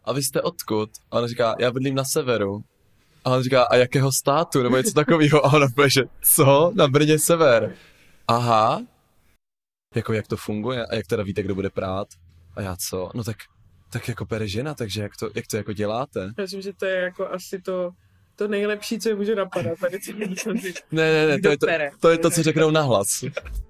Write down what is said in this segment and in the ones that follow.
a vy jste odkud? A ona říká, já bydlím na severu. A on říká, a jakého státu, nebo něco takového? A ona píše, co? Na Brně sever. Aha. Jako jak to funguje? A jak teda víte, kdo bude prát? A já co? No tak jako pere žena, takže jak to jako děláte? Já myslím, že to je jako asi to nejlepší, co je může napadat. Tady Ne, to je to, co řeknou nahlas.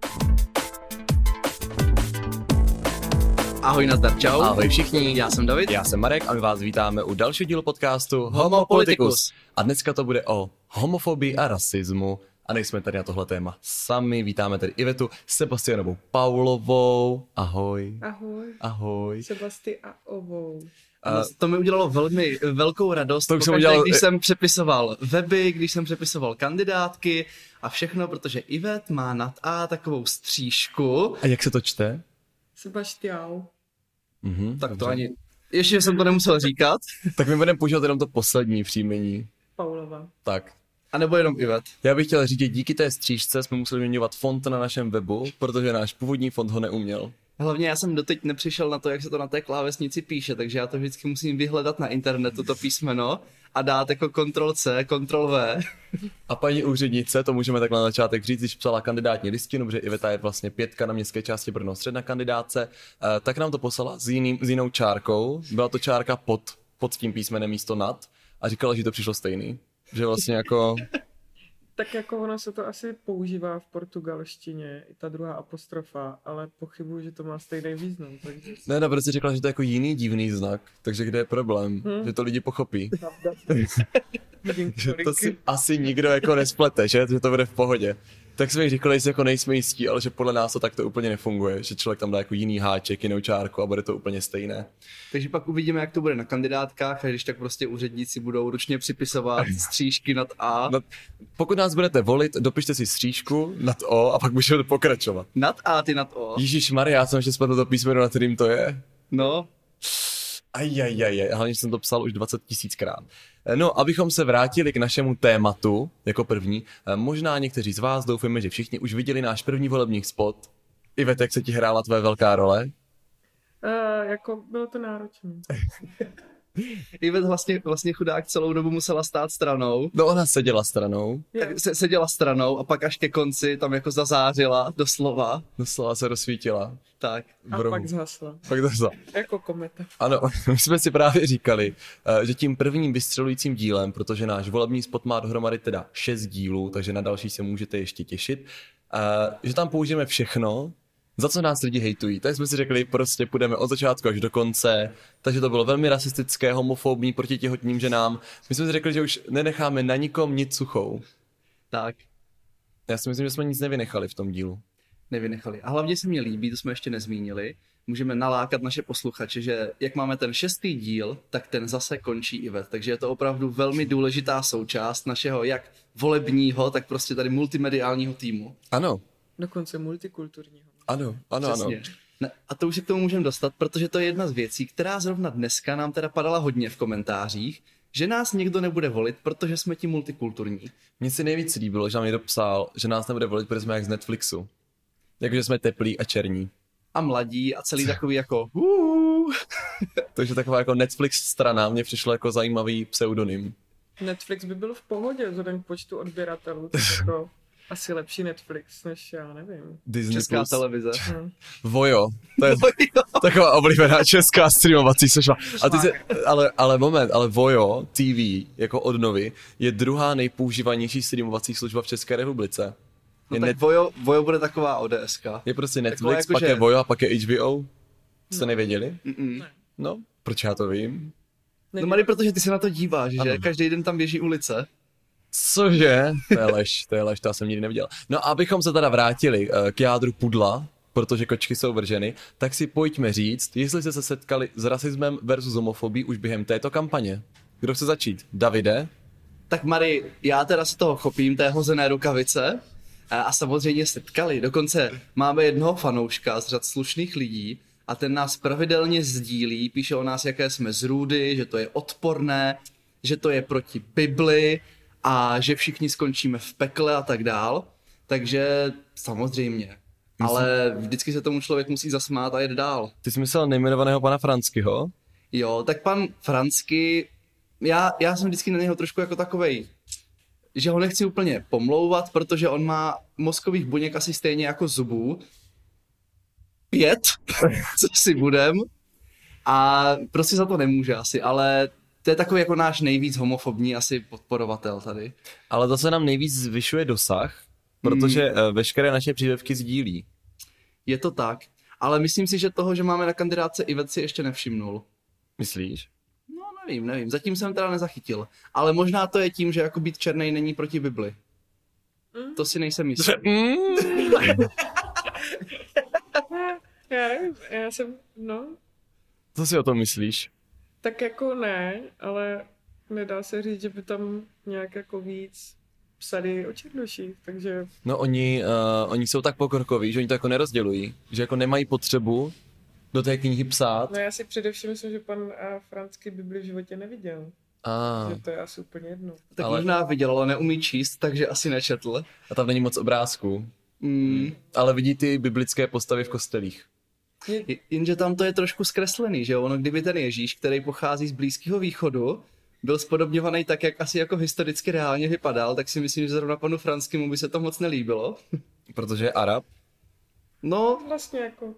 Ahoj, nazdar, čau. Ahoj všichni. Já jsem David. Já jsem Marek a my vás vítáme u dalšího dílu podcastu Homo Politicus. A dneska to bude o homofobii a rasismu. A nejsme tady na tohle téma sami. Vítáme tady Ivetu Sebastianovou Paulovou. Ahoj. Ahoj. Ahoj. Sebastianovou. To mi udělalo velmi velkou radost, když jsem přepisoval weby, když jsem přepisoval kandidátky a všechno, protože Ivet má nad A takovou střížku. A jak se to čte? Sebastiau. Tak dobře. To ani... Ještě jsem to nemusel říkat. Tak my budeme používat jenom to poslední příjmení. Paulova. Tak. A nebo jenom Ivet. Já bych chtěl říct, že díky té střížce jsme museli měňovat font na našem webu, protože náš původní font ho neuměl. Hlavně já jsem doteď nepřišel na to, jak se to na té klávesnici píše, takže já to vždycky musím vyhledat na internetu, to písmeno, a dát jako Ctrl+C, Ctrl+V. A paní úřednice, to můžeme takhle na začátek říct, když psala kandidátní listinu, protože Iveta je vlastně 5 na městské části Brno střed na kandidátce, tak nám to poslala s jinou čárkou. Byla to čárka pod tím písmenem místo nad a říkala, že to přišlo stejný. Že vlastně jako... Tak jako ono se to asi používá v portugalštině, i ta druhá apostrofa, ale pochybuju, že to má stejný význam. Takže... Ne, prostě řekla, že to je jako jiný divný znak, takže kde je problém? Že to lidi pochopí. Že to si asi nikdo jako nesplete, že to bude v pohodě. Tak jsme říkali, že jako nejsme jistí, ale že podle nás to takto úplně nefunguje, že člověk tam dá jako jiný háček, jinou čárku a bude to úplně stejné. Takže pak uvidíme, jak to bude na kandidátkách a když tak prostě úředníci budou ručně připisovat střížky nad A. Pokud nás budete volit, dopište si střížku nad O a pak můžeme pokračovat. Nad A, ty nad O. Ježišmarja, já jsem ještě spletl to písmeno, na kterým to je. No. Hlavně jsem to psal už 20 000krát. No, abychom se vrátili k našemu tématu, jako první, možná někteří z vás, doufujeme, že všichni už viděli náš první volební spot. Ivete, jak se ti hrála tvoje velká role? Jako bylo to náročné. Ivet vlastně chudák celou dobu musela stát stranou. No, ona seděla stranou. Tak seděla stranou a pak až ke konci tam jako zazářila, doslova. Doslova se rozsvítila. Tak. A pak zhasla. Jako kometa. Ano, my jsme si právě říkali, že tím prvním vystřelujícím dílem, protože náš volební spot má dohromady teda 6 dílů, takže na další se můžete ještě těšit, že tam použijeme všechno, za co nás lidi hejtují. Tak jsme si řekli, prostě půjdeme od začátku až do konce, takže to bylo velmi rasistické, homofobní proti těhotným ženám. My jsme si řekli, že už nenecháme na nikom nic suchou. Tak. Já si myslím, že jsme nic nevynechali v tom dílu. Nevynechali. A hlavně se mi líbí, to jsme ještě nezmínili, můžeme nalákat naše posluchače, že jak máme ten 6. díl, tak ten zase končí Ivet. Takže je to opravdu velmi důležitá součást našeho jak volebního, tak prostě tady multimediálního týmu. Ano. Dokonce multikulturního. Ano. Ne, a to už se k tomu můžeme dostat, protože to je jedna z věcí, která zrovna dneska nám teda padala hodně v komentářích, že nás někdo nebude volit, protože jsme ti multikulturní. Mně se nejvíc líbilo, že nám někdo psal, že nás nebude volit, protože jsme jak z Netflixu. Jakože jsme teplí a černí. A mladí a celý takový jako Takže taková jako Netflix strana mě přišlo jako zajímavý pseudonym. Netflix by byl v pohodě vzhledem k počtu odběratelů, tak jako asi lepší Netflix než já nevím. Disney Česká Plus. televize. Vojo. To je taková oblíbená česká streamovací služba. Ale Vojo TV jako od Novy je druhá nejpoužívanější streamovací služba v České republice. No tak Vojo bude taková ODSka. Je prostě Netflix, pak je Vojo a pak je HBO. Jste nevěděli? Ne. No, proč já to vím? No Mary, protože ty se na to díváš, že? Každý den tam běží ulice. Cože? To je lež, to já jsem nikdy neviděl. No a abychom se teda vrátili k jádru pudla, protože kočky jsou vrženy, tak si pojďme říct, jestli jste se setkali s rasismem versus homofobií už během této kampaně. Kdo chce začít? Davide? Tak Mary, já teda se toho chopím, té hozené rukavice a samozřejmě setkali. Dokonce máme jednoho fanouška z řad slušných lidí a ten nás pravidelně sdílí, píše o nás, jaké jsme zrůdy, že to je odporné, že to je proti Bibli, a že všichni skončíme v pekle a tak dál. Takže samozřejmě. Ale vždycky se tomu člověk musí zasmát a jet dál. Ty jsi myslel nejmenovaného pana Franskyho? Jo, tak pan Fransky, já jsem vždycky na něho trošku jako takovej, že ho nechci úplně pomlouvat, protože on má mozkových buněk asi stejně jako zubů. 5, co si budem. A prostě za to nemůže asi, ale to je takový jako náš nejvíc homofobní asi podporovatel tady. Ale zase nám nejvíc zvyšuje dosah, protože veškeré naše příspěvky sdílí. Je to tak, ale myslím si, že toho, že máme na kandidátce Ivet, si ještě nevšimnul. Myslíš? No nevím, zatím jsem teda nezachytil. Ale možná to je tím, že jako být černej není proti Bibli. To si nejsem jistý. Já nevím, já jsem, no, Co si o tom myslíš? tak jako ne, ale nedá se říct, že by tam nějak jako víc psali o černoších, takže No oni jsou tak pokrokoví, že oni to jako nerozdělují, že jako nemají potřebu do té knihy psát. no já si především myslím, že pan Fransky Bibli v životě neviděl. Že to je asi úplně jedno. Tak možná viděl, ale neumí číst, takže asi nečetl. A tam není moc obrázků. Ale vidí ty biblické postavy v kostelích. Jenže tam to je trošku zkreslený, že jo? Ono, kdyby ten Ježíš, který pochází z Blízkého východu, byl spodobňovaný tak, jak asi jako historicky reálně vypadal, tak si myslím, že zrovna panu Franskému by se to moc nelíbilo. Protože je Arab. No, Vlastně jako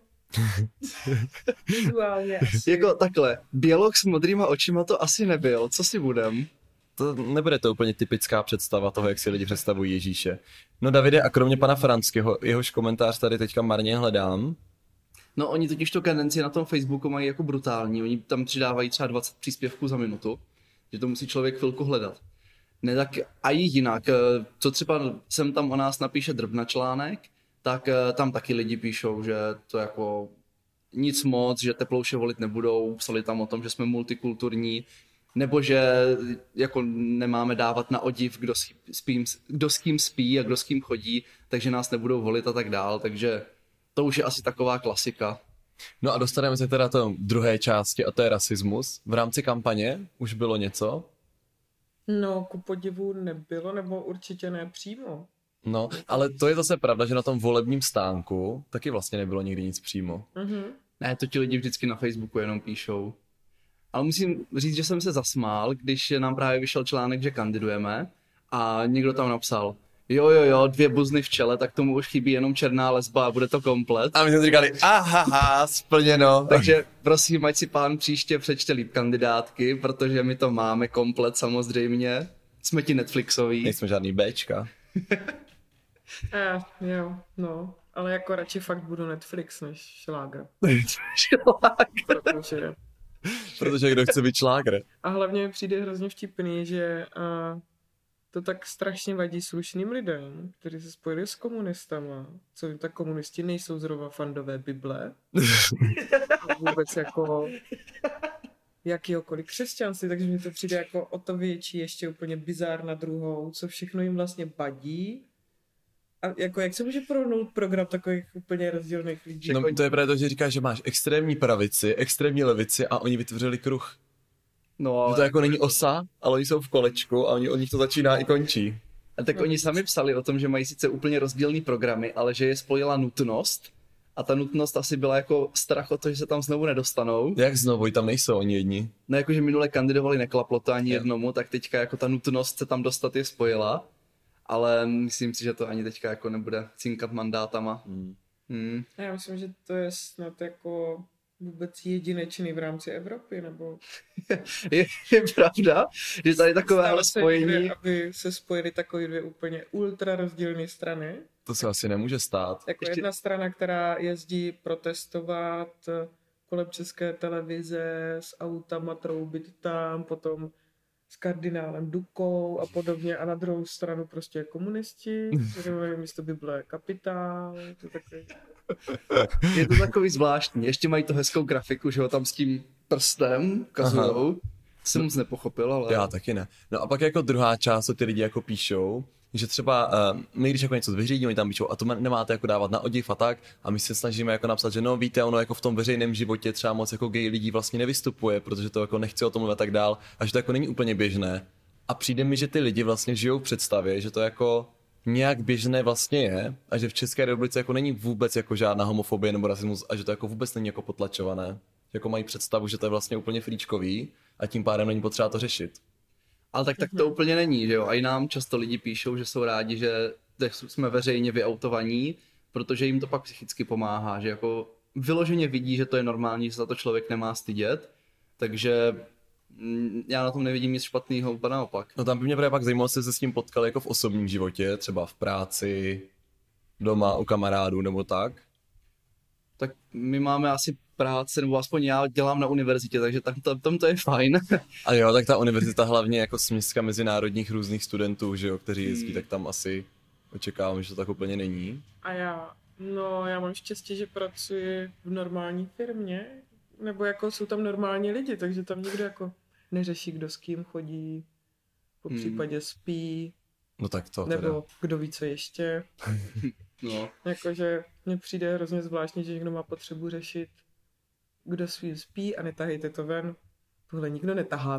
vizuálně asi. jako takhle, běloch s modrýma očima to asi nebyl, co si budem? To nebude to úplně typická představa toho, jak si lidi představují Ježíše. No Davide, a kromě pana Franského, jehož komentář tady teďka marně hledám. No oni totiž to tendenci na tom Facebooku mají jako brutální, oni tam přidávají třeba 20 příspěvků za minutu, že to musí člověk chvilku hledat. Ne, tak a i jinak, co třeba sem tam o nás napíše Drbna článek, tak tam taky lidi píšou, že to jako nic moc, že Teplouše volit nebudou, psali tam o tom, že jsme multikulturní, nebo že jako nemáme dávat na odiv, kdo s kým spí a kdo s kým chodí, takže nás nebudou volit a tak dál, takže to už je asi taková klasika. No a dostaneme se teda do druhé části, a to je rasismus. V rámci kampaně už bylo něco? No, ku podivu nebylo, nebo určitě ne přímo. No, ale to je zase pravda, že na tom volebním stánku taky vlastně nebylo nikdy nic přímo. Ne, to ti lidi vždycky na Facebooku jenom píšou. Ale musím říct, že jsem se zasmál, když nám právě vyšel článek, že kandidujeme a někdo tam napsal: Jo, 2 buzny v čele, tak tomu už chybí jenom černá lesba a bude to komplet. A my jsme říkali, aha, splněno. Takže prosím, ať si pán příště přečte líp kandidátky, protože my to máme komplet samozřejmě. Jsme ti Netflixoví. Nejsme žádný Bčka. Jo, no, ale jako radši fakt budu Netflix než šlágr. Protože kdo chce být šlágr. A hlavně mi přijde hrozně vtipný, že to tak strašně vadí slušným lidem, kteří se spojili s komunistama. Co jim tak komunisti nejsou zrovna fandové Bible. A vůbec jako jakýhokoliv křesťanství, takže mi to přijde jako o to větší, ještě úplně bizár na druhou, co všechno jim vlastně vadí. A jako jak se může porovnout program takových úplně rozdílných lidí? No to je právě to, že říkáš, že máš extrémní pravici, extrémní levici a oni vytvořili kruh. No, že to jako není osa, ale oni jsou v kolečku a o nich to začíná i končí. A tak oni sami psali o tom, že mají sice úplně rozdílný programy, ale že je spojila nutnost. A ta nutnost asi byla jako strach o to, že se tam znovu nedostanou. Jak znovu? Tam nejsou oni jedni. No jakože minule kandidovali, neklaplo to ani jednomu, tak teďka jako ta nutnost se tam dostat je spojila. Ale myslím si, že to ani teďka jako nebude cinkat mandátama. Já myslím, že to je snad jako vůbec jedinečný v rámci Evropy, nebo... je pravda, že tady takovéhle spojení... Aby se spojily takové 2 úplně ultra rozdílné strany. To se asi nemůže stát. Jako jedna strana, která jezdí protestovat kolem České televize s autama, troubit tam, potom s kardinálem Dukou a podobně, a na druhou stranu prostě komunisti, které místo Bible kapitál, to takový... Je to takový zvláštní, ještě mají to hezkou grafiku, že ho tam s tím prstem ukazujou. Jsem moc nepochopil, ale... Já taky ne. No a pak jako druhá část, co ty lidi jako píšou, že třeba my když jako něco zveřejní, oni tam píšou, a to nemáte jako dávat na odiv a tak, a my se snažíme jako napsat, že no víte, ono jako v tom veřejném životě třeba moc jako gay lidí vlastně nevystupuje, protože to jako nechce o tom mluvit a tak dál, a že to jako není úplně běžné. A přijde mi, že ty lidi vlastně žijou v představě, že to jako nějak běžné vlastně je, a že v České republice jako není vůbec jako žádná homofobie nebo rasismus, a že to jako vůbec není jako potlačované. jako mají představu, že to je vlastně úplně fríčkový a tím pádem není potřeba to řešit. Ale tak to úplně není, že jo? A i nám často lidi píšou, že jsou rádi, že jsme veřejně vyautovaní, protože jim to pak psychicky pomáhá, že jako vyloženě vidí, že to je normální, že za to člověk nemá stydět, takže já na tom nevidím nic špatného, úplně naopak. No tam by mě právě pak zajímalo, jestli se s tím potkali jako v osobním životě, třeba v práci, doma, u kamarádů nebo tak. Tak my máme asi práce, nebo aspoň já dělám na univerzitě, takže tam to je fajn. A jo, tak ta univerzita hlavně jako směska mezinárodních různých studentů, že jo, kteří jezdí, tak tam asi očekávám, že to tak úplně není. A já mám štěstí, že pracuji v normální firmě, nebo jako jsou tam normální lidi, takže tam nikdo jako neřeší, kdo s kým chodí, po případě spí, No tak to nebo teda. kdo ví, co ještě. No. Jakože mně přijde hrozně zvláštní, že někdo má potřebu řešit, kdo svým spí a netahejte to ven. Tohle nikdo netahá.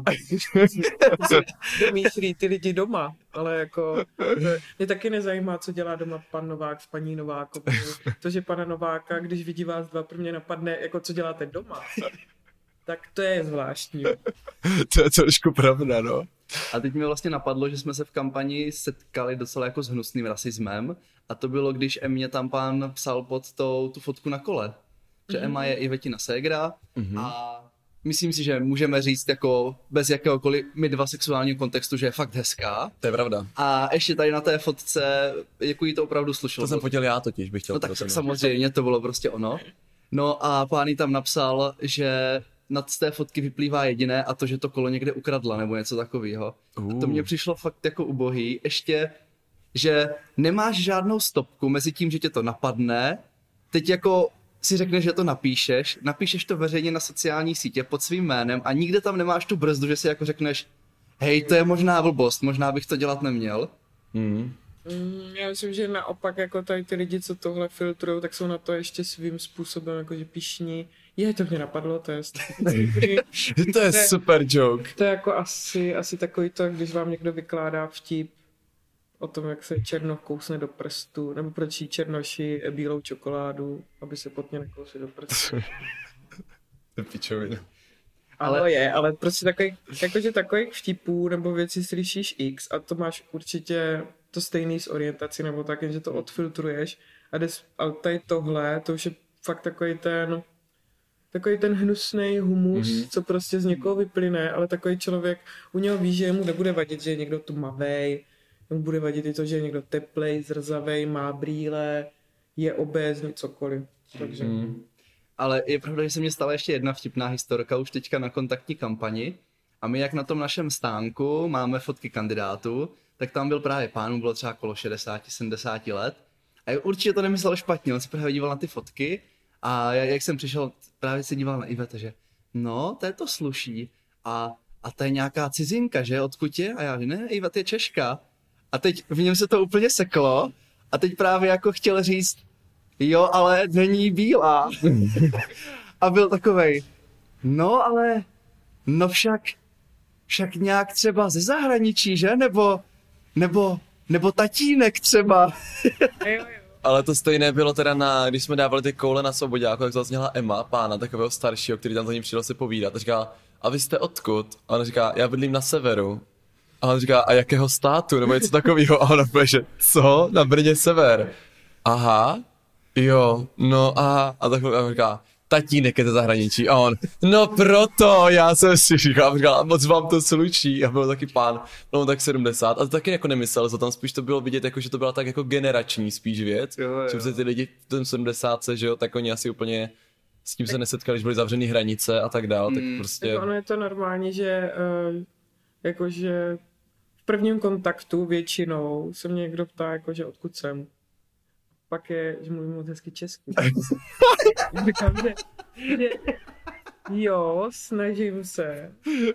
Domýšlí ty lidi doma, ale jako mě taky nezajímá, co dělá doma pan Novák s paní Novákovou. To, že pana Nováka, když vidí vás dva, prvně napadne, jako co děláte doma. Tak to je zvláštní. To je trošku pravda, no. A teď mi vlastně napadlo, že jsme se v kampani setkali docela jako s hnusným rasismem a to bylo, když Emě tam pán psal pod tu fotku na kole. Že Emma je Ivetina ségra a myslím si, že můžeme říct jako bez jakéhokoliv my dva sexuálního kontextu, že je fakt hezká. To je pravda. A ještě tady na té fotce, jako jí to opravdu slušelo. To jsem fotil já totiž, bych chtěl. No tak samozřejmě, to bylo prostě ono. No a pán jí tam napsal, že z té fotky vyplývá jediné a to, že to kolo někde ukradla nebo něco takového. A to mně přišlo fakt jako ubohý. Ještě, že nemáš žádnou stopku mezi tím, že tě to napadne, teď jako si řekneš, že to napíšeš to veřejně na sociální sítě pod svým jménem a nikde tam nemáš tu brzdu, že si jako řekneš, hej, to je možná blbost, možná bych to dělat neměl. Já myslím, že naopak jako tady ty lidi, co tohle filtrujou, tak jsou na to ještě svým způsobem jakože pišní. To mě napadlo, to je to je super joke. To je jako asi takový to, když vám někdo vykládá vtip o tom, jak se černoch kousne do prstu, nebo proč jí černoši bílou čokoládu, aby se potně nekousli do prstu. To pičovina. Ale prostě takových vtipů nebo věcí slyšíš x a to máš určitě to stejný s orientací nebo tak, že to odfiltruješ ale tady tohle, to už je fakt takový ten hnusnej humus, co prostě z někoho vyplyne, ale takový člověk u něho ví, že mu nebude vadit, že je někdo tmavej, mu bude vadit i to, že je někdo teplej, zrzavej, má brýle, je obézní, cokoliv. Takže... Ale je pravda, že se mě stala ještě jedna vtipná historka už teďka na kontaktní kampani a my jak na tom našem stánku máme fotky kandidátů, tak tam byl právě pán, bylo třeba okolo 60-70 let a určitě to nemyslel špatně, on se právě díval na ty fotky a jak jsem přišel, právě se díval na Iveta, že no, to je to sluší a to je nějaká cizinka, že, odkud je? A já, ne, Ivet je Češka. A teď v něm se to úplně seklo a teď právě jako chtěl říct, jo, ale není bílá. A byl takovej, no ale, no však nějak třeba ze zahraničí, že? Nebo tatínek třeba. Jo. Ale to stejné bylo teda když jsme dávali ty koule na Svoboďáku, tak to zazněla Emma, pána takového staršího, který tam za ním přišel si povídat a říká, a vy jste odkud? A on říká, já bydlím na severu. A on říká, a jakého státu? Nebo něco takového. A on pověděl, že co? Na Brně sever. Aha, jo, no aha. A tak on říká, tatínek je ze zahraničí. A on, no proto, já jsem si říkal, moc vám to slučí. A byl taky pán, byl tak 70. A to taky jako nemyslel, že tam spíš to bylo vidět, jako, že to byla tak jako generační spíš věc. Jo. Že se ty lidi v tom 70, že jo, tak oni asi úplně s tím se nesetkali, že byly zavřený hranice a tak dál, tak prostě... Jako ono je to normální, že jakože v prvním kontaktu většinou se mě někdo ptá, jakože odkud jsem. Pak je, že mluvím moc hezky česky. Říkám, že jo, snažím se.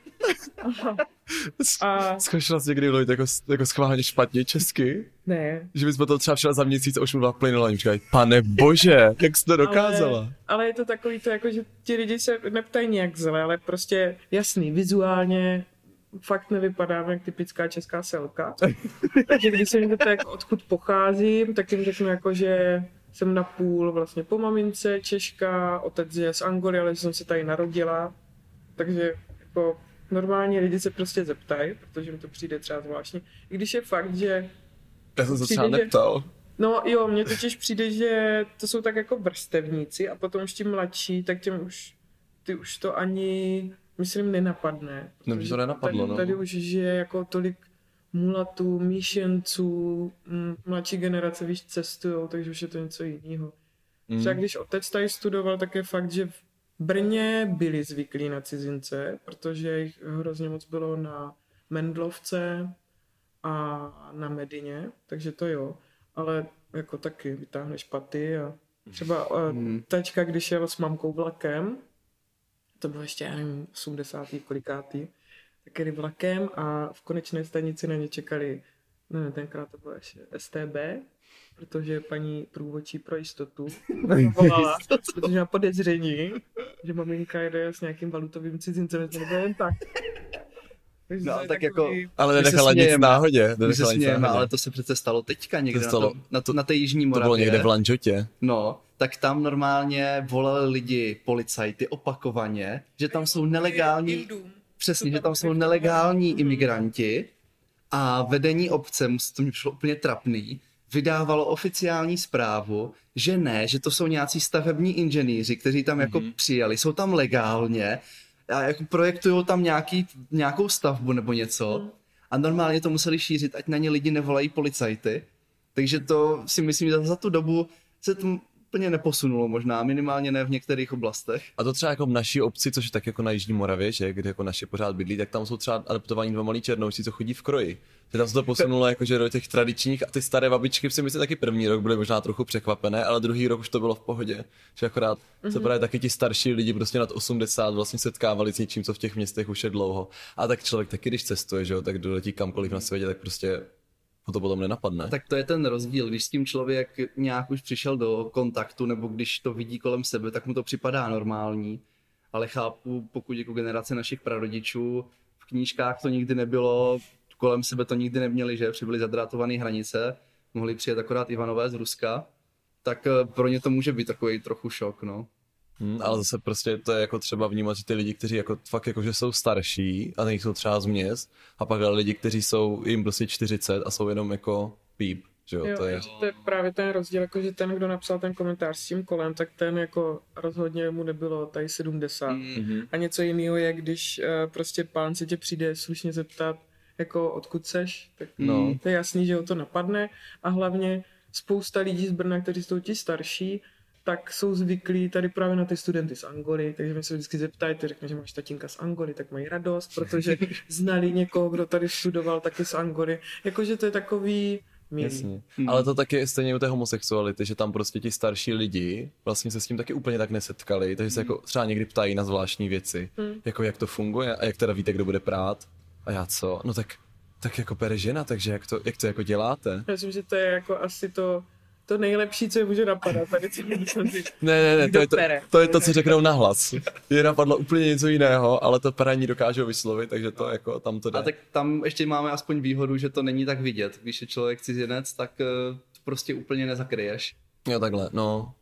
Zkoušela jsi někdy mluvit jako schválně špatně česky? Ne. Že bys potom třeba šla za měsíc a už mluvila plynula a jim říkají, pane bože, jak jsi to dokázala? Ale je to takový to, jako, že ti lidi se neptají nějak zle, ale prostě jasný, vizuálně fakt nevypadám jak typická česká selka. Takže když se mi to jako odkud pocházím, tak jim řeknu jako, že jsem napůl vlastně po mamince Češka, otec je z Angoly, ale jsem se tady narodila, takže jako normálně lidi se prostě zeptají, protože mi to přijde třeba zvláštně. I když je fakt, že... Já jsem se třeba neptal. No jo, mně totiž přijde, že to jsou tak jako vrstevníci a potom už ti mladší, tak těm ty už to ani, myslím, nenapadne. No, to nenapadlo, tady už žije jako tolik mulatů, míšenců, mladší generace, víš, cestujou, takže už je to něco jiného. Třeba když otec tady studoval, tak je fakt, že v Brně byli zvyklí na cizince, protože jich hrozně moc bylo na Mendlovce a na Medině, takže to jo. Ale jako taky vytáhneš paty a třeba tačka, když jel s mamkou vlakem, to bylo ještě, já nevím, 80. kolikátý, tak jeli vlakem a v konečné stanici na ně čekali, ne, tenkrát to bylo ještě STB, protože paní průvodčí pro jistotu volala, protože má podezření, že maminka jede s nějakým valutovým cizincem, nebo jen tak. No, tak jako, ale nenechala nic náhodě. Ale to se přece stalo teďka někde na té jižní Moravě. To bylo někde v Lanžotě. No, tak tam normálně volali lidi, policajty opakovaně, že tam jsou nelegální, přesně, že tam jsou nelegální imigranti a vedení obce, to mi přišlo úplně trapný, vydávalo oficiální zprávu, že ne, že to jsou nějací stavební inženýři, kteří tam jako přijeli, jsou tam legálně, a jako projektujou tam nějakou stavbu nebo něco a normálně to museli šířit, ať na ně lidi nevolají policajty. Takže to si myslím, že za tu dobu se to úplně neposunulo možná, minimálně ne v některých oblastech. A to třeba jako v naší obci, což je tak jako na Jižní Moravě, že, kde jako naše pořád bydlí, tak tam jsou třeba adoptovaní 2 malí černoušci, co chodí v kroji. Že tam se to posunulo jakože do těch tradičních a ty staré babičky si myslím taky první rok byly možná trochu překvapené, ale druhý rok už to bylo v pohodě. Že akorát se právě taky ti starší lidi prostě nad 80 vlastně setkávali s něčím, co v těch městech už je dlouho. A tak člověk taky, když cestuje, že jo, tak doletí kamkoliv na světě, tak prostě ho to potom nenapadne. Tak to je ten rozdíl, když s tím člověk nějak už přišel do kontaktu, nebo když to vidí kolem sebe, tak mu to připadá normální. Ale chápu, pokud jako generace našich prarodičů, v knížkách to nikdy nebylo, kolem sebe to nikdy neměli, že přibyly zadrátované hranice, mohli přijet akorát Ivanové z Ruska, tak pro ně to může být takový trochu šok, no. Ale zase prostě to je jako třeba vnímat, že ty lidi, kteří jako fakt jako, že jsou starší a nejsou třeba z měst, a pak ale lidi, kteří jsou jim prostě 40 a jsou jenom jako píp, že jo, to je právě ten rozdíl, jako že ten, kdo napsal ten komentář s tím kolem, tak ten jako rozhodně mu nebylo tady 70. A něco jiného je, když prostě pán se tě přijde slušně zeptat, jako odkud seš, tak to je jasný, že ho to napadne a hlavně spousta lidí z Brna, kteří jsou ti starší, tak jsou zvyklí tady právě na ty studenty z Angoly, takže mi se vždycky zeptají, ty řekne, že máš tatínka z Angoly, tak mají radost, protože znali někoho, kdo tady studoval taky z Angoly, jakože to je takový Jasně. Ale to taky je stejně u té homosexuality, že tam prostě ti starší lidi vlastně se s tím taky úplně tak nesetkali, takže se jako třeba někdy ptají na zvláštní věci, jako jak to funguje a jak teda víte, kdo bude prát a já co, no tak jako pere žena, takže jak to jako děláte? Já myslím, že to je jako asi to nejlepší, co je může napadat. Tady ne, to je to, co řeknou nahlas. Je napadlo úplně něco jiného, ale to peraní dokážou vyslovit, takže to jako tam to jde. A tak tam ještě máme aspoň výhodu, že to není tak vidět. Když je člověk cizinec, tak prostě úplně nezakryješ. Jo, takhle, no.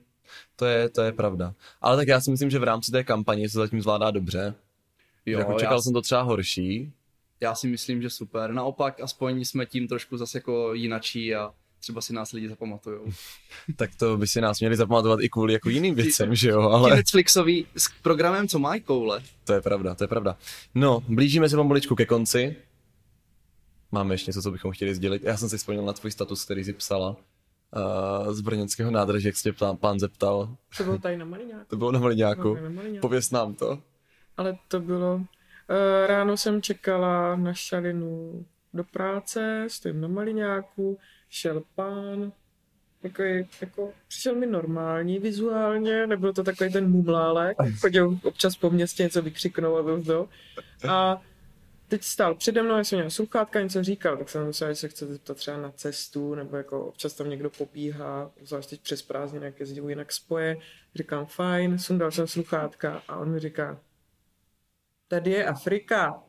To je pravda. Ale tak já si myslím, že v rámci té kampaně se zatím zvládá dobře. Jo, jako čekal jsem to třeba horší. Já si myslím, že super. Naopak, aspoň jsme tím trošku zase jako jinačí a třeba si nás lidi zapamatujou. Tak to by si nás měli zapamatovat i kvůli jako jiným věcem, že jo? Ale... Netflixový s programem, co mají koule. To je pravda. No, blížíme se pomaličku ke konci. Máme ještě něco, co bychom chtěli sdělit. Já jsem si vzpomněl na tvůj status, který jsi psala z brněnského nádraží, jak se tě pán zeptal. To bylo tady na Maliňáku. To bylo na Maliňáku. Pověz nám to. Ale to bylo... ráno jsem čekala na šalinu do práce, stojím na Maliňáku, šel pán, jako přišel mi normální vizuálně, nebyl to takový ten mumlálek, chodil občas po městě něco vykřiknout a teď stál přede mnou, já jsem měl sluchátka, něco říkal, tak jsem myslel, že se chce zeptat třeba na cestu, nebo jako občas tam někdo pobíhá, zvlášť teď přes prázdniny, jak jezdí jinak spoje, říkám fajn, sundal jsem sluchátka a on mi říká, tady je Afrika.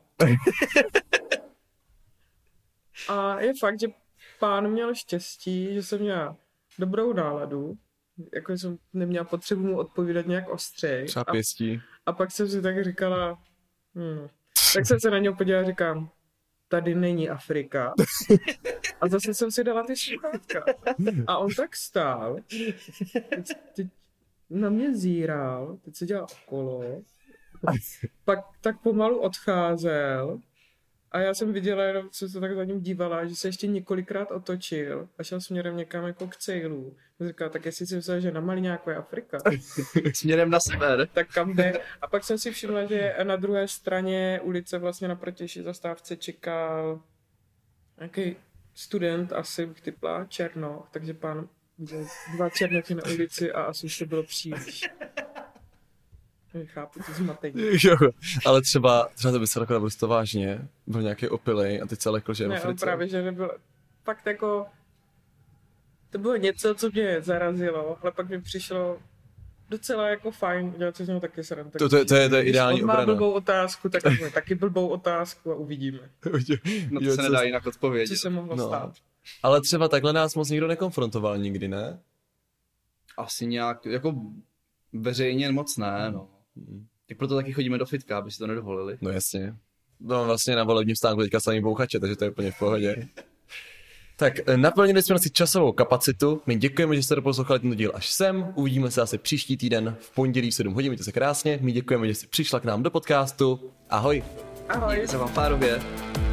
A je fakt, že pán měl štěstí, že jsem měla dobrou náladu, jako jsem neměla potřebu mu odpovídat nějak ostřej. Třeba pěstí. A pak jsem si tak říkala, tak jsem se na něho podívala a říkám, tady není Afrika. A zase jsem si dala ty sluchátka. A on tak stál, teď na mě zíral, teď se dělal okolo, pak tak pomalu odcházel a já jsem viděla, jenom jsem se tak za ním dívala, že se ještě několikrát otočil a šel směrem někam jako k cejlu. Říkal, tak jestli si myslel, že na Maliňáku je Afrika. Směrem na sever. Tak kam jde? A pak jsem si všimla, že na druhé straně ulice vlastně na protější zastávce čekal nějaký student, asi bych typla, černoch, takže pán viděl 2 černochy na ulici a asi už to bylo příliš. Chápu to zmatení. Jo, ale třeba to by se takhle naprosto vážně, byl nějaký opilej a teď se lekl, že je v Ne, Africe. on právě, že nebyl, fakt jako, to bylo něco, co mě zarazilo, ale pak mi přišlo docela jako fajn, dělat si z něho taky srandu. To je ideální on má obrana. blbou otázku, tak máme taky blbou otázku a uvidíme, No to se nedá jinak odpovědět. co se mohlo stát. Ale třeba takhle nás moc nikdo nekonfrontoval nikdy, ne? Asi nějak, jako veřejně moc ne, no. Tak proto taky chodíme do fitka, aby si to nedovolili. No jasně. No vlastně na volebním stánku teďka samý bouchače, takže to je úplně v pohodě. Tak naplnili jsme si časovou kapacitu. My děkujeme, že jste doposlouchali tento díl až sem. Uvidíme se asi příští týden v pondělí v 7 hodin. Mějte se krásně. My děkujeme, že jste přišla k nám do podcastu. Ahoj. Ahoj. Se vám párově.